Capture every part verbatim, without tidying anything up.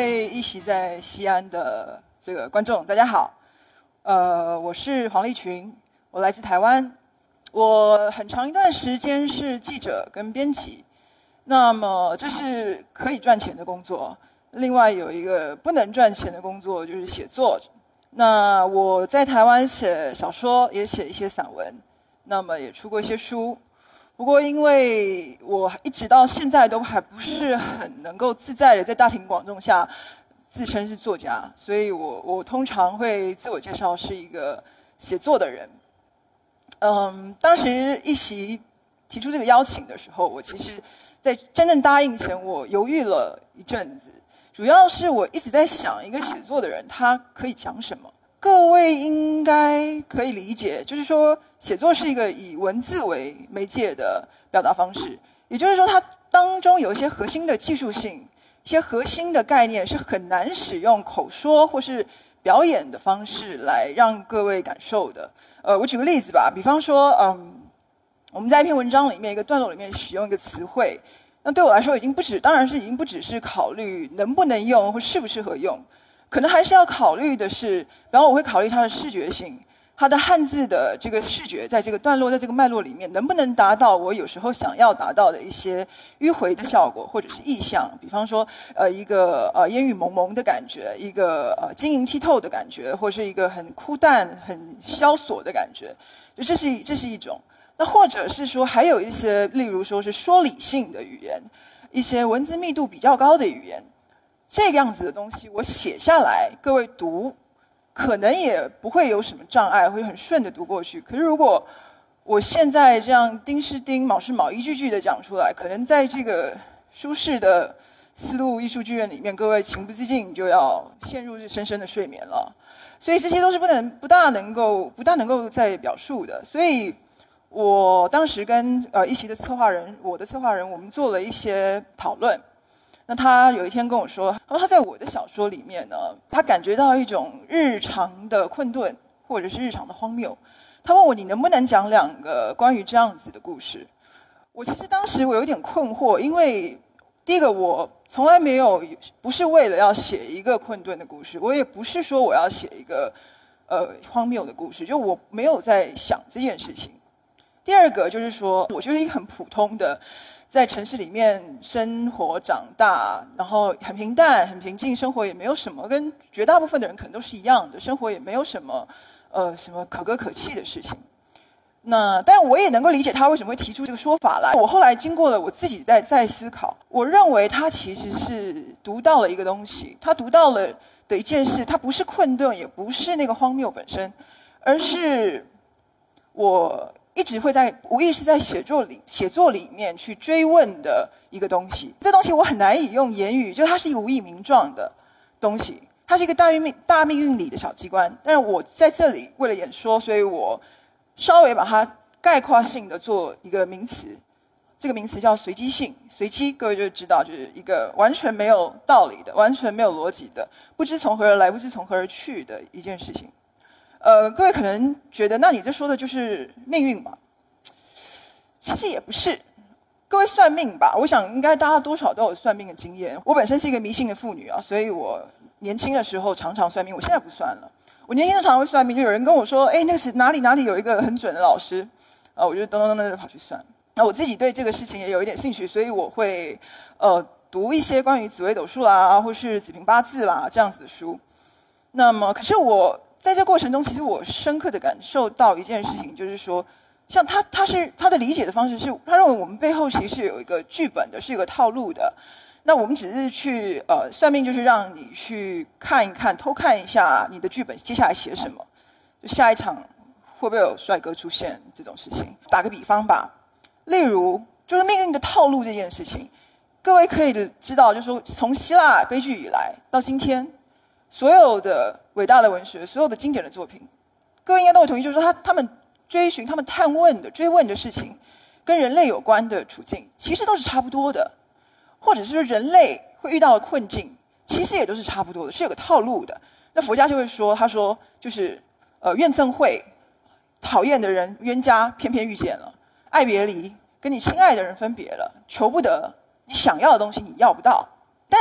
位一席在西安的这个观众，大家好。呃，我是黄丽群，我来自台湾。我很长一段时间是记者跟编辑，那么这是可以赚钱的工作。另外有一个不能赚钱的工作就是写作。那我在台湾写小说，也写一些散文，那么也出过一些书。不过因为我一直到现在都还不是很能够自在的在大庭广众下自称是作家，所以我我通常会自我介绍是一个写作的人。嗯，当时一席提出这个邀请的时候，我其实在真正答应前，我犹豫了一阵子。主要是我一直在想，一个写作的人他可以讲什么。各位应该可以理解，就是说写作是一个以文字为媒介的表达方式，也就是说它当中有一些核心的技术性，一些核心的概念是很难使用口说或是表演的方式来让各位感受的。呃，我举个例子吧，比方说，嗯，我们在一篇文章里面一个段落里面使用一个词汇，那对我来说已经不止，当然是已经不只是考虑能不能用或适不适合用。可能还是要考虑的是，比方我会考虑它的视觉性，它的汉字的这个视觉，在这个段落，在这个脉络里面，能不能达到我有时候想要达到的一些迂回的效果，或者是意象。比方说，呃，一个呃烟雨蒙蒙的感觉，一个呃晶莹剔透的感觉，或是一个很枯淡、很萧索的感觉，就这是这是一种。那或者是说，还有一些，例如说是说理性的语言，一些文字密度比较高的语言。这个样子的东西我写下来，各位读，可能也不会有什么障碍，会很顺的读过去。可是如果我现在这样丁是丁，卯是卯，一句句的讲出来，可能在这个舒适的丝路艺术剧院里面，各位情不自禁就要陷入深深的睡眠了。所以这些都是不能、不大能够、不大能够再表述的。所以我当时跟呃一席的策划人，我的策划人，我们做了一些讨论。那他有一天跟我说，他说他在我的小说里面呢，他感觉到一种日常的困顿，或者是日常的荒谬。他问我，你能不能讲两个关于这样子的故事？我其实当时我有点困惑，因为第一个我从来没有，不是为了要写一个困顿的故事，我也不是说我要写一个呃荒谬的故事，就我没有在想这件事情。第二个就是说，我就是一个很普通的。在城市里面生活长大，然后很平淡、很平静，生活也没有什么，跟绝大部分的人可能都是一样的，生活也没有什么，呃，什么可歌可泣的事情。那，但我也能够理解他为什么会提出这个说法来。我后来经过了我自己在在思考，我认为他其实是读到了一个东西，他读到了的一件事，他不是困顿，也不是那个荒谬本身，而是我。一直会在无意识在写作里写作里面去追问的一个东西，这东西我很难以用言语，就它是一个无以名状的东西，它是一个大命大命运里的小机关。但是我在这里为了演说，所以我稍微把它概括性的做一个名词，这个名词叫随机性。随机，各位就知道，就是一个完全没有道理的、完全没有逻辑的、不知从何而来、不知从何而去的一件事情。呃，各位可能觉得，那你这说的就是命运嘛？其实也不是。各位算命吧，我想应该大家多少都有算命的经验。我本身是一个迷信的妇女啊，所以我年轻的时候常常算命，我现在不算了。我年轻的常常会算命，就有人跟我说：“哎，那是哪里哪里有一个很准的老师。”啊，我就噔噔噔噔就跑去算。那我自己对这个事情也有一点兴趣，所以我会呃读一些关于紫微斗数啦，或是子平八字啦这样子的书。那么，可是我。在这过程中，其实我深刻的感受到一件事情，就是说，像他，他是他的理解的方式是，他认为我们背后其实是有一个剧本的，是有一个套路的。那我们只是去呃算命，就是让你去看一看、偷看一下你的剧本接下来写什么，就下一场会不会有帅哥出现这种事情。打个比方吧，例如就是命运的套路这件事情，各位可以知道，就是说从希腊悲剧以来到今天。所有的伟大的文学，所有的经典的作品，各位应该都会同意，就是说他他们追寻、他们探问的、追问的事情，跟人类有关的处境，其实都是差不多的，或者是说人类会遇到的困境，其实也都是差不多的，是有个套路的。那佛家就会说，他说就是呃怨憎会，讨厌的人冤家偏偏遇见了，爱别离，跟你亲爱的人分别了，求不得，你想要的东西你要不到，但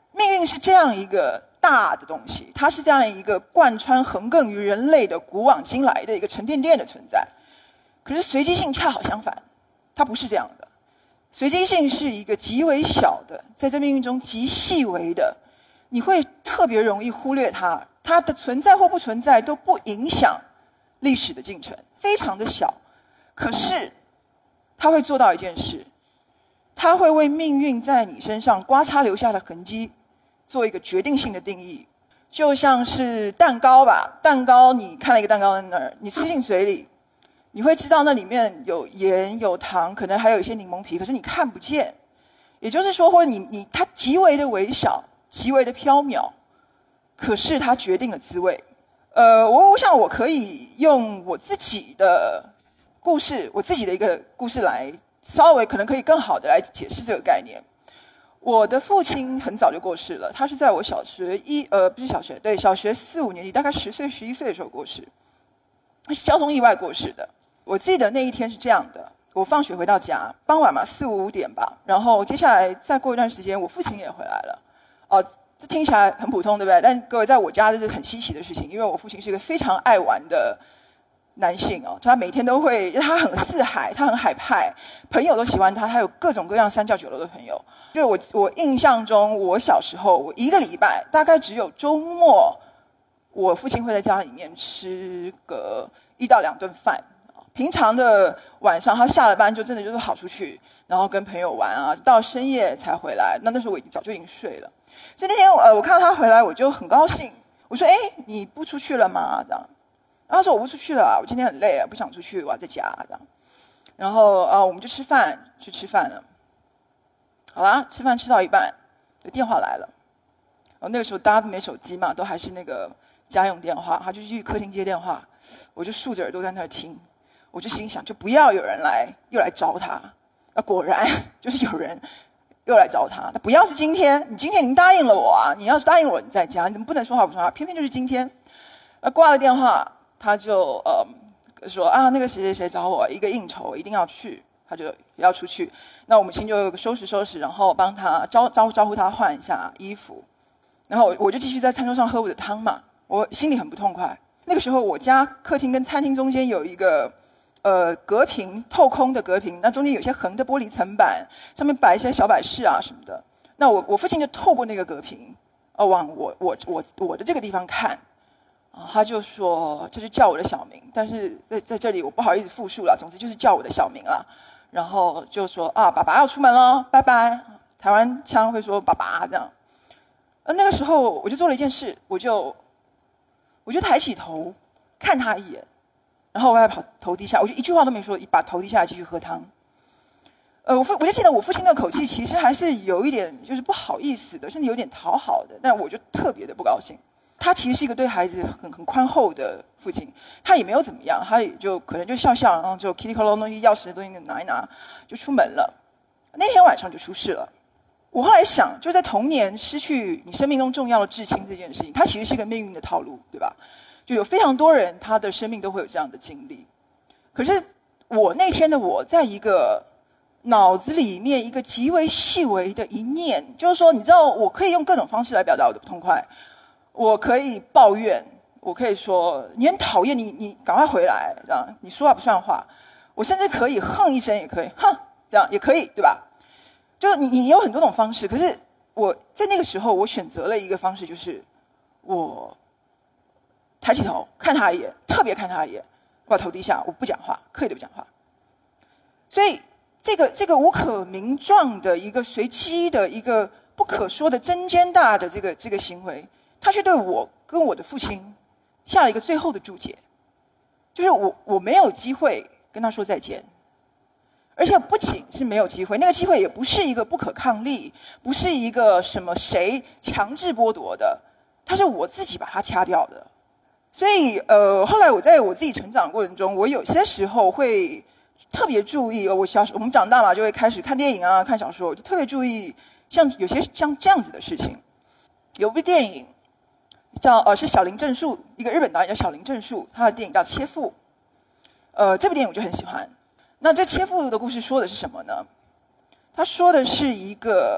命运是这样一个大的东西，它是这样一个贯穿横亘于人类的古往今来的一个沉甸甸的存在。可是随机性恰好相反，它不是这样的。随机性是一个极为小的，在这命运中极细微的，你会特别容易忽略它，它的存在或不存在都不影响历史的进程，非常的小。可是它会做到一件事，它会为命运在你身上刮擦留下的痕迹做一个决定性的定义。就像是蛋糕吧，蛋糕你看了一个蛋糕在那儿，你吃进嘴里，你会知道那里面有盐有糖，可能还有一些柠檬皮，可是你看不见。也就是说，或者你你它极为的微小，极为的缥缈，可是它决定了滋味。呃，我我想我可以用我自己的故事，我自己的一个故事来稍微可能可以更好的来解释这个概念。我的父亲很早就过世了，他是在我小学一呃不是小学对小学四五年级，大概十岁十一岁的时候过世，他是交通意外过世的。我记得那一天是这样的，我放学回到家，傍晚嘛四五点吧，然后接下来再过一段时间，我父亲也回来了。哦、呃，这听起来很普通，对不对？但各位，在我家这是很稀奇的事情，因为我父亲是一个非常爱玩的男性哦，他每天都会，他很四海，他很海派，朋友都喜欢他，他有各种各样三教九流的朋友。就是我我印象中，我小时候，我一个礼拜大概只有周末，我父亲会在家里面吃个一到两顿饭。平常的晚上，他下了班就真的就是跑出去，然后跟朋友玩啊，到深夜才回来。那那时候我已经早就已经睡了，所以那天呃我看到他回来，我就很高兴。我说：“哎，你不出去了吗？”这样，然后他说：“我不出去了，我今天很累啊，不想出去，我要在家。”这样，然后啊、呃，我们就吃饭，去吃饭了。好啦，吃饭吃到一半，电话来了。哦，那个时候大家都没手机嘛，都还是那个家用电话，他就去客厅接电话，我就竖着耳朵在那儿听。我就心想，就不要有人来又来找他。啊，果然就是有人又来找他。那不要是今天，你今天已经答应了我啊！你要是答应了我，你在家，你怎么不能说话不说话？偏偏就是今天。那挂了电话，他就呃说啊，那个谁谁谁找我一个应酬，一定要去，他就要出去。那我母亲就收拾收拾，然后帮他招招招呼他换一下衣服，然后我就继续在餐桌上喝我的汤嘛。我心里很不痛快。那个时候，我家客厅跟餐厅中间有一个。呃，隔屏透空的隔屏，那中间有些横的玻璃层板，上面摆一些小摆饰啊什么的。那我我父亲就透过那个隔屏，呃，往我我我我的这个地方看，啊，他就说这是叫我的小名，但是在在这里我不好意思复述了，总之就是叫我的小名了。然后就说啊，爸爸要出门咯，拜拜。台湾腔会说爸爸这样。呃，那个时候我就做了一件事，我就我就抬起头看他一眼。然后我还把头低下，我就一句话都没说，把头低下来继续喝汤。呃，我父我就记得我父亲的口气其实还是有一点就是不好意思的，甚至有点讨好的，但我就特别的不高兴。他其实是一个对孩子很很宽厚的父亲，他也没有怎么样，他也就可能就笑笑，然后就 kitty 东西钥匙的东西拿一拿就出门了。那天晚上就出事了。我后来想，就在童年失去你生命中重要的至亲这件事情，它其实是一个命运的套路，对吧？就有非常多人，他的生命都会有这样的经历。可是我那天的我，在一个脑子里面一个极为细微的一念，就是说，你知道，我可以用各种方式来表达我的不痛快。我可以抱怨，我可以说你很讨厌你，你赶快回来，这样你说话不算话。我甚至可以哼一声，也可以，哼，这样也可以，对吧？就你你有很多种方式，可是我在那个时候，我选择了一个方式，就是我。抬起头看他一眼，特别看他一眼，我把头低下，我不讲话，刻意的不讲话。所以，这个这个无可名状的一个随机的一个不可说的针尖大的这个这个行为，他却对我跟我的父亲下了一个最后的注解，就是我我没有机会跟他说再见，而且不仅是没有机会，那个机会也不是一个不可抗力，不是一个什么谁强制剥夺的，他是我自己把它掐掉的。所以，呃，后来我在我自己成长过程中，我有些时候会特别注意。我小时我们长大嘛，就会开始看电影啊、看小说，我就特别注意像有些像这样子的事情。有部电影叫呃是小林正树，一个日本导演叫小林正树，他的电影叫《切腹》。呃，这部电影我就很喜欢。那这切腹的故事说的是什么呢？他说的是一个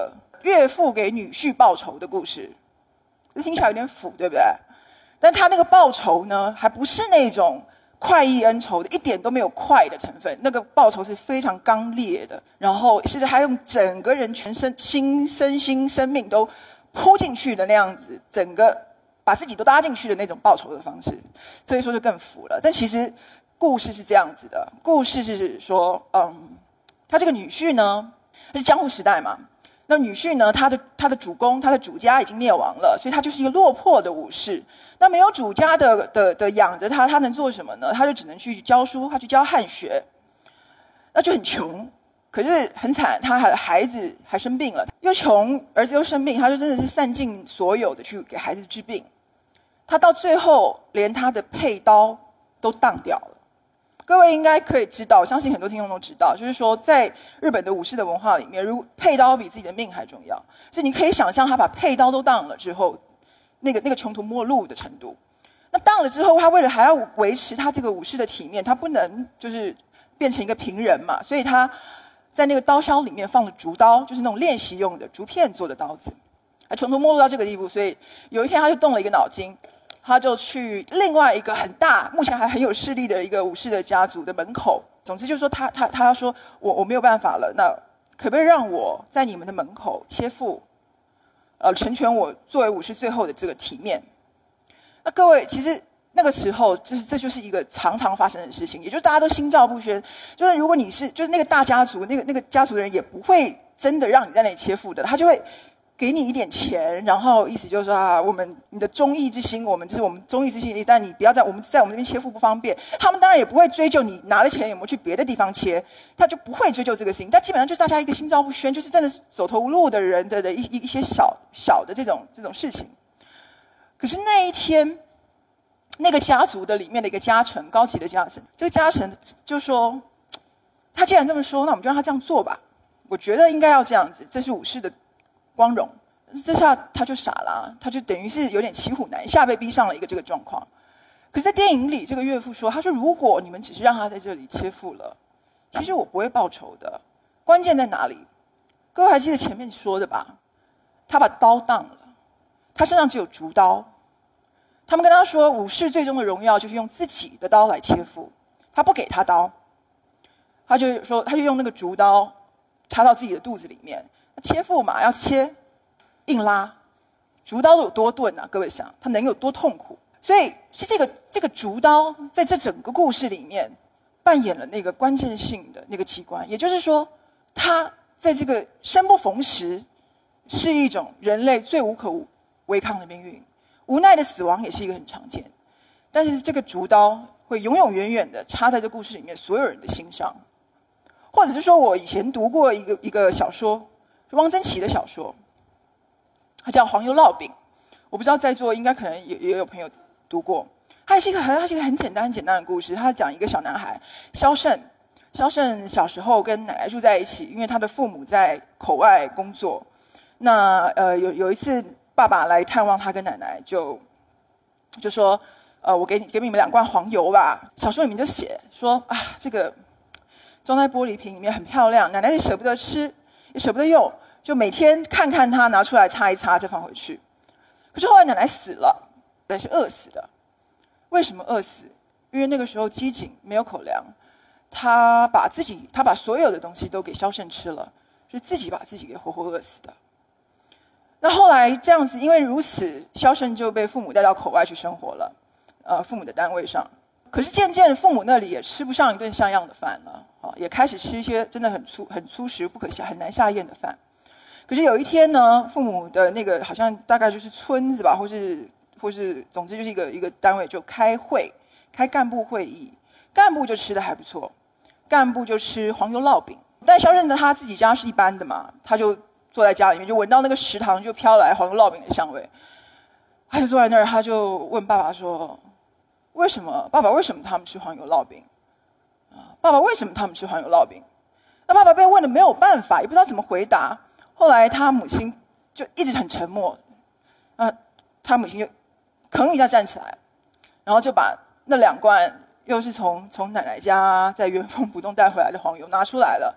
岳父给女婿报仇的故事，这听起来有点腐，对不对？但他那个报仇呢，还不是那种快意恩仇的，一点都没有快的成分。那个报仇是非常刚烈的，然后甚至还用整个人全身心、身心、生命都扑进去的那样子，整个把自己都搭进去的那种报仇的方式。所以说就更腐了。但其实故事是这样子的，故事是说，嗯，他这个女婿呢，他是江户时代嘛。那女婿呢？他的他的主公，他的主家已经灭亡了，所以他就是一个落魄的武士。那没有主家的的的养着他，他能做什么呢？他就只能去教书，他去教汉学，那就很穷。可是很惨，他还孩子还生病了，又穷，儿子又生病，他就真的是散尽所有的去给孩子治病。他到最后连他的佩刀都当掉了。各位应该可以知道，我相信很多听众都知道，就是说，在日本的武士的文化里面，如佩刀比自己的命还重要。所以你可以想象，他把佩刀都当了之后，那个那个穷途末路的程度。那当了之后，他为了还要维持他这个武士的体面，他不能就是变成一个平人嘛，所以他在那个刀鞘里面放了竹刀，就是那种练习用的竹片做的刀子。还穷途末路到这个地步，所以有一天他就动了一个脑筋。他就去另外一个很大、目前还很有势力的一个武士的家族的门口。总之就是说他，他他他要说，我我没有办法了，那可不可以让我在你们的门口切腹，呃，成全我作为武士最后的这个体面？那各位，其实那个时候，就是这就是一个常常发生的事情，也就是大家都心照不宣。就是如果你是就是那个大家族，那个那个家族的人也不会真的让你在那里切腹的，他就会给你一点钱，然后意思就是说啊，我们你的忠义之心，我们这是我们忠义之心，但你不要在我们在我们这边切腹不方便。他们当然也不会追究你拿了钱有没有去别的地方切，他就不会追究这个事情。但基本上就是大家一个心照不宣，就是真的是走投无路的人的的一一一些小小的这种这种事情。可是那一天，那个家族的里面的一个家臣，高级的家臣，这个家臣就说，他既然这么说，那我们就让他这样做吧。我觉得应该要这样子，这是武士的光荣。这下他就傻了，他就等于是有点骑虎难下，被逼上了一个这个状况。可是，在电影里，这个岳父说：“他说，如果你们只是让他在这里切腹了，其实我不会报仇的。关键在哪里？各位还记得前面说的吧？他把刀当了，他身上只有竹刀。他们跟他说，武士最终的荣耀就是用自己的刀来切腹。他不给他刀，他就说，他就用那个竹刀插到自己的肚子里面。切腹嘛，要切。”硬拉，竹刀有多钝啊？各位想，它能有多痛苦？所以是这个这个竹刀在这整个故事里面扮演了那个关键性的那个机关。也就是说，它在这个生不逢时，是一种人类最无可违抗的命运。无奈的死亡也是一个很常见，但是这个竹刀会永永远远的插在这故事里面所有人的心上。或者是说，我以前读过一个一个小说，是汪曾祺的小说。它叫《黄油烙饼》，我不知道在座应该可能也也有朋友读过。它是一个很它是一个很简单很简单的故事。它讲一个小男孩萧胜，萧胜小时候跟奶奶住在一起，因为他的父母在口外工作。那呃有有一次爸爸来探望他跟奶奶，就就说呃我给你给你们两罐黄油吧。小说里面就写说啊这个装在玻璃瓶里面很漂亮，奶奶也舍不得吃，也舍不得用。就每天看看他，拿出来擦一擦，再放回去。可是后来奶奶死了，但是饿死的。为什么饿死？因为那个时候饥馑，没有口粮，他把自己，他把所有的东西都给萧胜吃了，是自己把自己给活活饿死的。那后来这样子，因为如此，萧胜就被父母带到口外去生活了，呃，父母的单位上。可是渐渐父母那里也吃不上一顿像样的饭了，啊，也开始吃一些真的很粗、很粗食、不可下、很难下咽的饭。可是有一天呢，父母的那个好像大概就是村子吧，或是或是总之就是一个一个单位就开会，开干部会议，干部就吃的还不错，干部就吃黄油烙饼。但萧胜的他自己家是一般的嘛，他就坐在家里面，就闻到那个食堂就飘来黄油烙饼的香味，他就坐在那儿，他就问爸爸说：“为什么？爸爸为什么他们吃黄油烙饼？啊，爸爸为什么他们吃黄油烙饼？”那爸爸被问的没有办法，也不知道怎么回答。后来他母亲就一直很沉默，啊，他母亲就吭一下站起来，然后就把那两罐又是从从奶奶家在原封不动带回来的黄油拿出来了，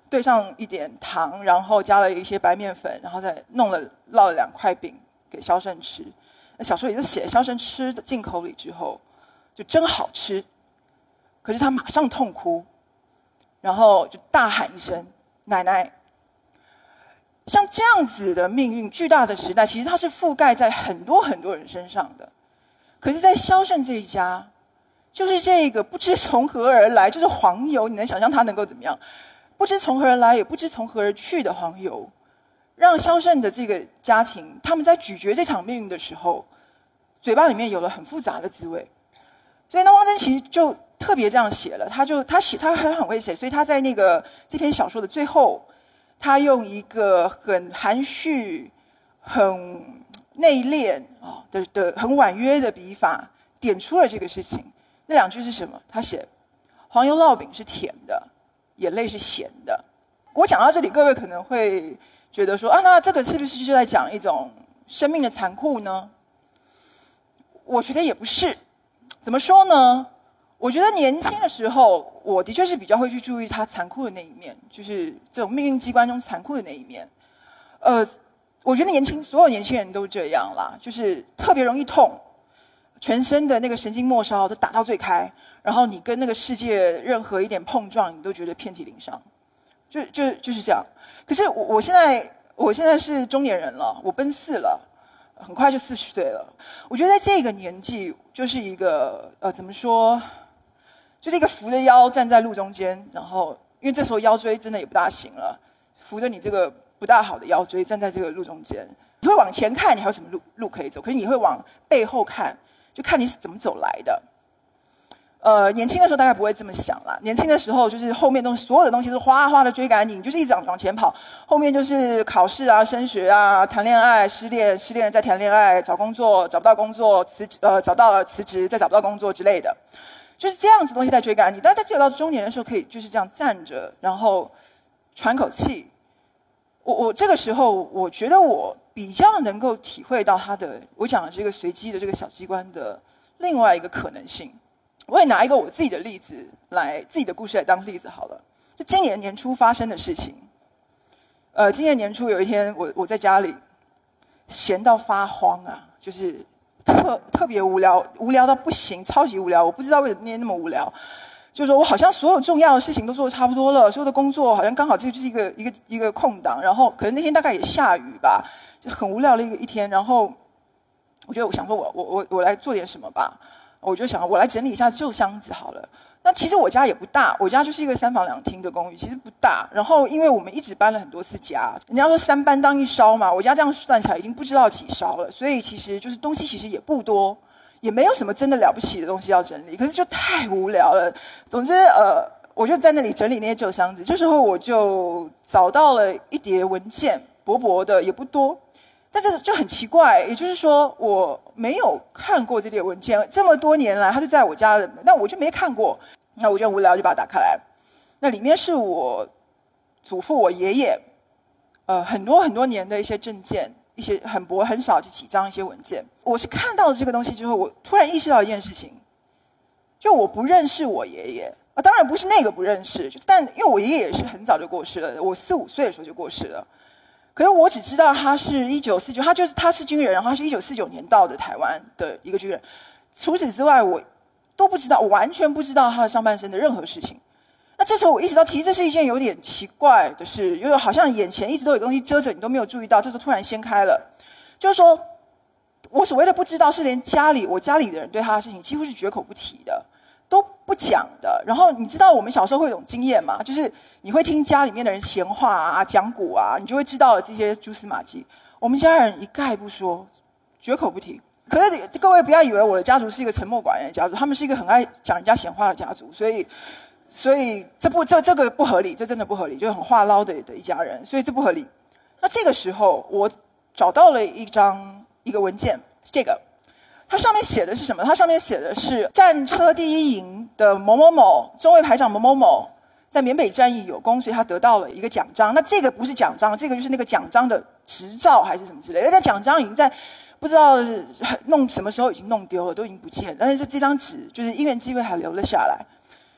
兑上一点糖，然后加了一些白面粉，然后再弄了烙了两块饼给萧胜吃。那小说里就写萧胜吃进口里之后，就真好吃。可是他马上痛哭，然后就大喊一声“奶奶”。像这样子的命运，巨大的时代，其实它是覆盖在很多很多人身上的。可是，在萧胜这一家，就是这个不知从何而来，就是黄油，你能想象他能够怎么样？不知从何而来，也不知从何而去的黄油，让萧胜的这个家庭，他们在咀嚼这场命运的时候，嘴巴里面有了很复杂的滋味。所以呢，汪曾祺就特别这样写了，他就他写他很很会写，所以他在那个这篇小说的最后。他用一个很含蓄、很内敛啊的的很婉约的笔法，点出了这个事情。那两句是什么？他写：“黄油烙饼是甜的，眼泪是咸的。”我讲到这里，各位可能会觉得说：“啊，那这个是不是就在讲一种生命的残酷呢？”我觉得也不是。怎么说呢？我觉得年轻的时候，我的确是比较会去注意他残酷的那一面，就是这种命运机关中残酷的那一面。呃，我觉得年轻所有年轻人都这样啦，就是特别容易痛，全身的那个神经末梢都打到最开，然后你跟那个世界任何一点碰撞，你都觉得遍体鳞伤，就就就是这样。可是我我现在我现在是中年人了，我奔四了。很快就四十岁了，我觉得在这个年纪，就是一个呃，怎么说？就是一个扶着腰站在路中间，然后因为这时候腰椎真的也不大行了，扶着你这个不大好的腰椎站在这个路中间，你会往前看，你还有什么路路可以走？可是你会往背后看，就看你是怎么走来的。呃，年轻的时候大概不会这么想啦。年轻的时候就是后面东西所有的东西都哗哗的追赶你，你就是一直往往前跑。后面就是考试啊、升学啊、谈恋爱、失恋、失恋了再谈恋爱、找工作找不到工作、辞职呃找到了辞职再找不到工作之类的。就是这样子东西在追赶你，但他只有到中年的时候可以就是这样站着，然后喘口气。我我这个时候，我觉得我比较能够体会到他的我讲的这个随机的这个小机关的另外一个可能性。我也拿一个我自己的例子来自己的故事来当例子好了。就今年年初发生的事情。呃，今年年初有一天我，我我在家里闲到发慌啊，就是。特特别无聊，无聊到不行，超级无聊。我不知道为什么那天那么无聊，就是说我好像所有重要的事情都做得差不多了，所有的工作好像刚好这个就是一个一个一个空档。然后可能那天大概也下雨吧，就很无聊的一个一天。然后我觉得我想说我我我我来做点什么吧，我就想我来整理一下旧箱子好了。那其实我家也不大，我家就是一个三房两厅的公寓，其实不大。然后因为我们一直搬了很多次家，人家说三搬当一烧嘛，我家这样算起来已经不知道几烧了，所以其实就是东西其实也不多，也没有什么真的了不起的东西要整理，可是就太无聊了。总之，呃，我就在那里整理那些旧箱子。这时候我就找到了一叠文件，薄薄的，也不多。但这就很奇怪，也就是说我没有看过这叠文件，这么多年来它就在我家了，那我就没看过。那我就很无聊，就把它打开来。那里面是我祖父、我爷爷，呃，很多很多年的一些证件，一些很薄、很少就几张一些文件。我是看到了这个东西之后，我突然意识到一件事情，就我不认识我爷爷啊，当然不是那个不认识，但因为我爷爷也是很早就过世了，我四五岁的时候就过世了。可是我只知道他是一九四九，他就是他是军人，然后他是一九四九年到的台湾的一个军人。除此之外，我都不知道，我完全不知道他的上半身的任何事情。那这时候我意识到，其实这是一件有点奇怪的事，因为好像眼前一直都有东西遮着，你都没有注意到，这时候突然掀开了。就是说，我所谓的不知道，是连家里我家里的人对他的事情几乎是绝口不提的，都不讲的。然后你知道我们小时候会有种经验嘛，就是你会听家里面的人闲话啊、讲古啊，你就会知道了这些蛛丝马迹。我们家人一概不说，绝口不提。可是各位不要以为我的家族是一个沉默寡言的家族，他们是一个很爱讲人家闲话的家族，所以，所以这不这这个不合理，这真的不合理，就很话唠的的一家人，所以这不合理。那这个时候我找到了一张一个文件，这个，它上面写的是什么？它上面写的是战车第一营的某某某中尉排长某某某在缅北战役有功，所以他得到了一个奖章。那这个不是奖章，这个就是那个奖章的执照还是什么之类的。那奖章已经在。不知道弄什么时候已经弄丢了，都已经不见了。但是这张纸就是因缘机会还留了下来。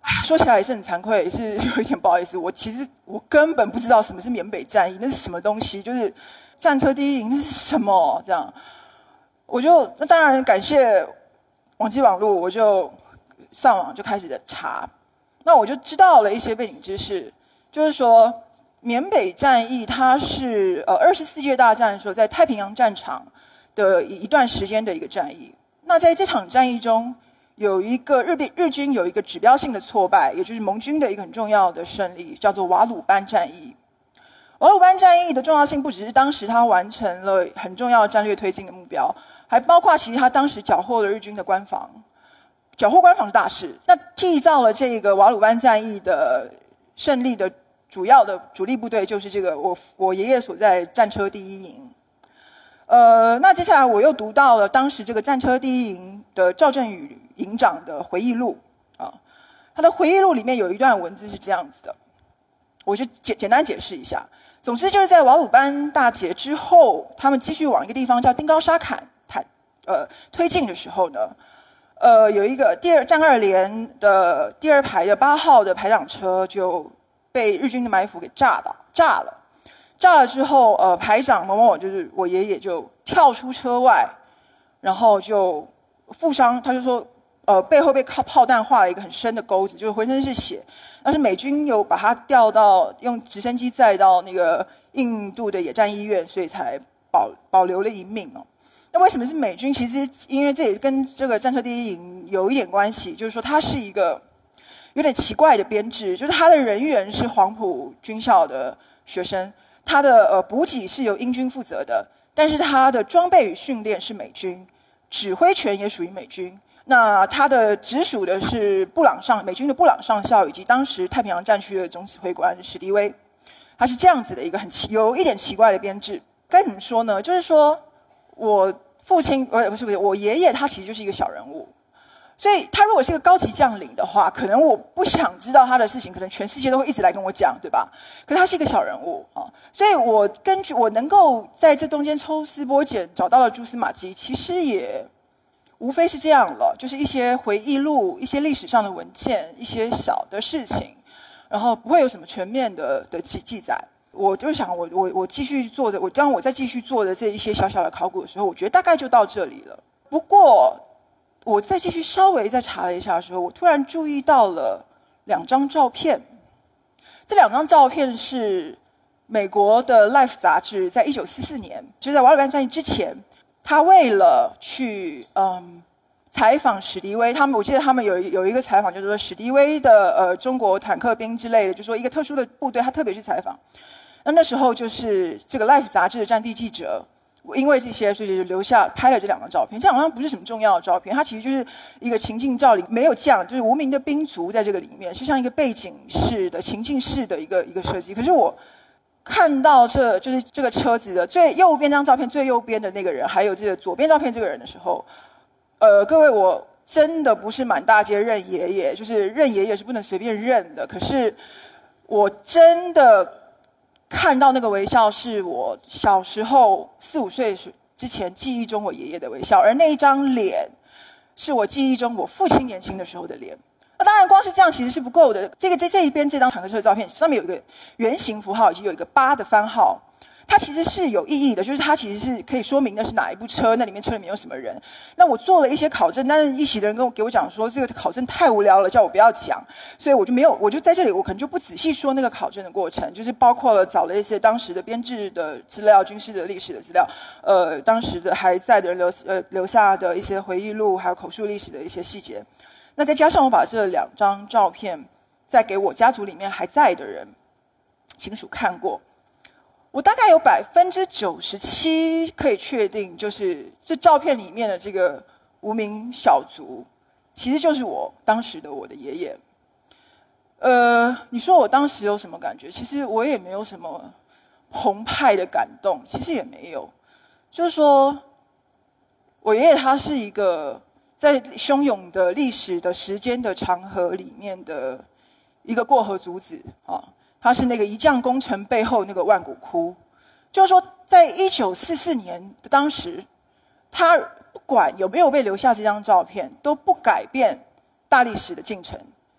说起来也是很惭愧，也是有一点不好意思。我其实我根本不知道什么是缅北战役，那是什么东西？就是战车第一营那是什么？这样，我就那当然感谢网际网络，我就上网就开始的查，那我就知道了一些背景知识，就是说缅北战役它是呃二十四届大战的时候在太平洋战场的一段时间的一个战役。那在这场战役中，有一个日日军有一个指标性的挫败，也就是盟军的一个很重要的胜利，叫做瓦鲁班战役。瓦鲁班战役的重要性不只是当时它完成了很重要的战略推进的目标，还包括其实它当时缴获了日军的关防，缴获关防是大事。那缔造了这个瓦鲁班战役的胜利的主要的主力部队，就是这个我我爷爷所在战车第一营。呃，那接下来我又读到了当时这个战车第一营的赵振宇营长的回忆录啊，他的回忆录里面有一段文字是这样子的，我就简简单解释一下。总之就是在瓦鲁班大捷之后，他们继续往一个地方叫丁高沙坎坦呃推进的时候呢，呃，有一个第二战二连的第二排的八号的排长车就被日军的埋伏给炸到炸了。炸了之后，呃，排长某某就是我爷爷就跳出车外，然后就负伤。他就说，呃，背后被靠炮弹划了一个很深的沟子，就是浑身是血。但是美军有把他调到用直升机载到那个印度的野战医院，所以才保保留了一命哦。那为什么是美军？其实因为这也跟这个战车第一营有一点关系，就是说它是一个有点奇怪的编制，就是他的人员是黄埔军校的学生。他的呃补给是由英军负责的，但是他的装备与训练是美军，指挥权也属于美军。那他的直属的是布朗上美军的布朗上校以及当时太平洋战区的总指挥官史迪威，他是这样子的一个很奇有一点奇怪的编制。该怎么说呢？就是说我父亲呃不是不是我爷爷他其实就是一个小人物。所以他如果是一个高级将领的话，可能我不想知道他的事情，可能全世界都会一直来跟我讲，对吧？可是他是一个小人物啊，所以我根据我能够在这中间抽丝剥茧找到了蛛丝马迹，其实也无非是这样了，就是一些回忆录、一些历史上的文件、一些小的事情，然后不会有什么全面的的记记载。我就想我，我我我继续做的，我当我在继续做的这一些小小的考古的时候，我觉得大概就到这里了。不过我再继续稍微再查了一下的时候，我突然注意到了两张照片。这两张照片是美国的《Life》杂志在一九四四年，就是在瓦鲁班战役之前，他为了去嗯采访史迪威，他们我记得他们有有一个采访，就是说史迪威的呃中国坦克兵之类的，就是说一个特殊的部队，他特别去采访。那那时候就是这个《Life》杂志的战地记者。因为这些，所以就留下拍了这两张照片。这两张不是什么重要的照片，它其实就是一个情境照里没有将，就是无名的兵卒在这个里面，是像一个背景式的情境式的一个一个设计。可是我看到这就是这个车子的最右边这张照片最右边的那个人，还有这个左边照片这个人的时候，呃，各位我真的不是满大街认爷爷，就是认爷爷是不能随便认的。可是我真的。看到那个微笑是我小时候四五岁之前记忆中我爷爷的微笑，而那一张脸是我记忆中我父亲年轻的时候的脸。那当然光是这样其实是不够的，这个在这一边这张坦克车的照片上面有一个圆形符号以及有一个八的番号，它其实是有意义的，就是它其实是可以说明那是哪一部车，那里面车里面有什么人。那我做了一些考证，但是一席的人跟我给我讲说这个考证太无聊了，叫我不要讲，所以我就没有，我就在这里我可能就不仔细说那个考证的过程，就是包括了找了一些当时的编制的资料、军事的历史的资料，呃，当时的还在的人留呃留下的一些回忆录，还有口述历史的一些细节。那再加上我把这两张照片再给我家族里面还在的人亲属看过。我大概有百分之九十七可以确定，就是这照片里面的这个无名小卒，其实就是我当时的我的爷爷。呃，你说我当时有什么感觉？其实我也没有什么澎湃的感动，其实也没有。就是说，我爷爷他是一个在汹涌的历史的时间的长河里面的一个过河卒子啊。他是那个一将功成背后那个万骨枯，就是说，在一九四四年的当时，他不管有没有被留下这张照片，都不改变大历史的进程，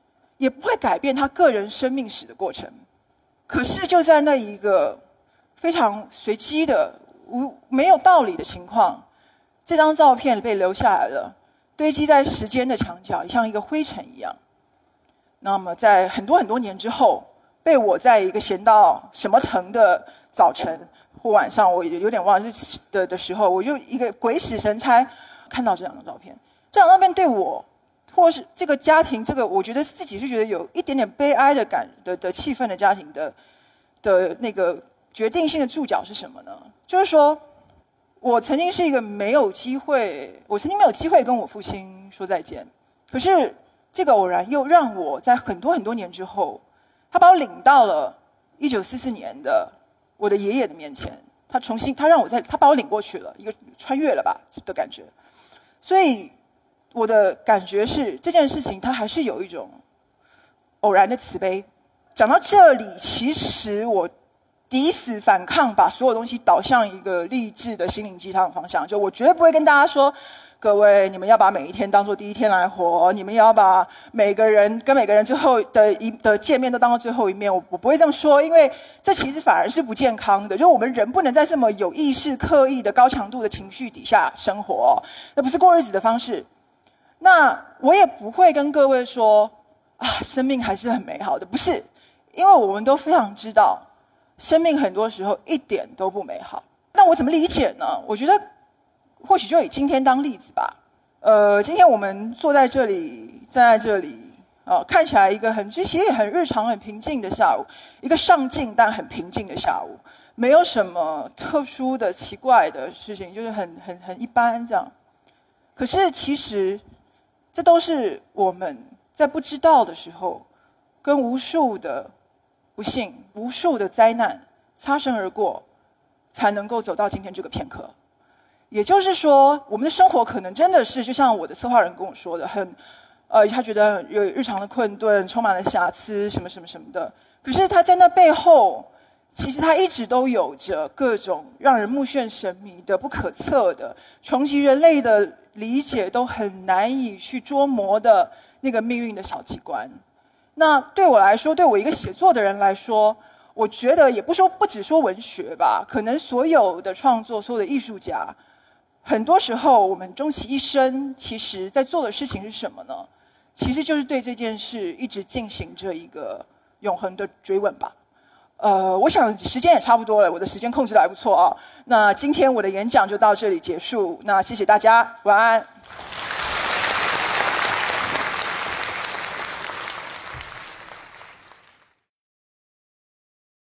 也不会改变他个人生命史的过程。可是就在那一个非常随机的、无没有道理的情况，这张照片被留下来了，堆积在时间的墙角，像一个灰尘一样。那么在很多很多年之后，被我在一个闲到什么疼的早晨或晚上，我有点忘了的的时候，我就一个鬼使神差看到这两张照片。这两张照片对我，或是这个家庭，这个我觉得自己是觉得有一点点悲哀的感的的气氛的家庭的的那个决定性的注脚是什么呢？就是说，我曾经是一个没有机会，我曾经没有机会跟我父亲说再见，可是这个偶然又让我在很多很多年之后，他把我领到了一九四四年的我的爷爷的面前，他重新，他让我在，他把我领过去了，一个穿越了吧的感觉。所以我的感觉是，这件事情它还是有一种偶然的慈悲。讲到这里，其实我抵死反抗，把所有东西导向一个励志的心灵鸡汤的方向，就我绝对不会跟大家说，各位，你们要把每一天当作第一天来活，你们也要把每个人跟每个人最后的一的见面都当作最后一面。我我不会这么说，因为这其实反而是不健康的。就我们人不能在这么有意识、刻意的高强度的情绪底下生活，那不是过日子的方式。那我也不会跟各位说啊，生命还是很美好的，不是，因为我们都非常知道，生命很多时候一点都不美好。那我怎么理解呢？我觉得。或许就以今天当例子吧。呃，今天我们坐在这里，站在这里，呃，看起来一个很其实也很日常、很平静的下午，一个上进但很平静的下午，没有什么特殊的、奇怪的事情，就是很、很、很一般这样。可是其实，这都是我们在不知道的时候，跟无数的不幸、无数的灾难擦身而过，才能够走到今天这个片刻。也就是说，我们的生活可能真的是，就像我的策划人跟我说的，很，呃，他觉得有日常的困顿，充满了瑕疵，什么什么什么的。可是他在那背后，其实他一直都有着各种让人目眩神迷的、不可测的、穷极人类的理解都很难以去捉摸的那个命运的小机关。那对我来说，对我一个写作的人来说，我觉得也不说不只说文学吧，可能所有的创作，所有的艺术家。很多时候，我们终其一生，其实在做的事情是什么呢？其实就是对这件事一直进行着一个永恒的追问吧。呃，我想时间也差不多了，我的时间控制得还不错啊。那今天我的演讲就到这里结束，那谢谢大家，晚安。